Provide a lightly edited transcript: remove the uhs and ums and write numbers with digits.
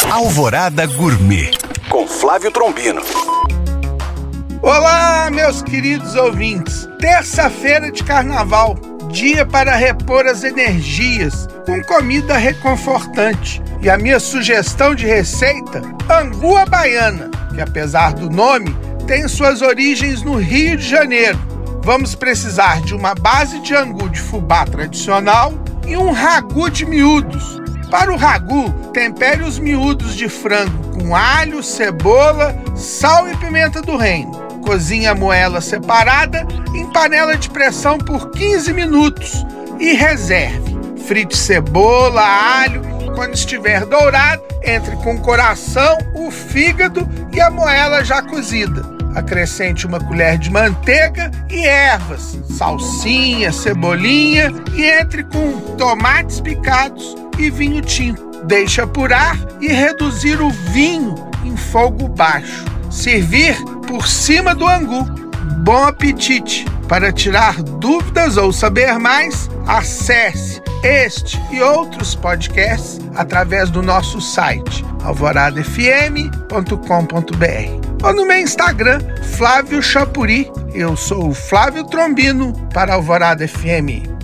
Alvorada Gourmet, com Flávio Trombino. Olá, meus queridos ouvintes. Terça-feira de carnaval, dia para repor as energias com comida reconfortante. E a minha sugestão de receita, angu à baiana, que apesar do nome, tem suas origens no Rio de Janeiro. Vamos precisar de uma base de angu de fubá tradicional e um ragu de miúdos. Para o ragu, tempere os miúdos de frango com alho, cebola, sal e pimenta do reino. Cozinhe a moela separada em panela de pressão por 15 minutos e reserve. Frite cebola, alho. Quando estiver dourado, entre com o coração, o fígado e a moela já cozida. Acrescente uma colher de manteiga e ervas, salsinha, cebolinha e entre com tomates picados e vinho tinto. Deixe apurar e reduzir o vinho em fogo baixo. Servir por cima do angu. Bom apetite! Para tirar dúvidas ou saber mais, acesse este e outros podcasts através do nosso site alvoradafm.com.br ou no meu Instagram, Flávio Chapuri. Eu sou o Flávio Trombino para Alvorada FM.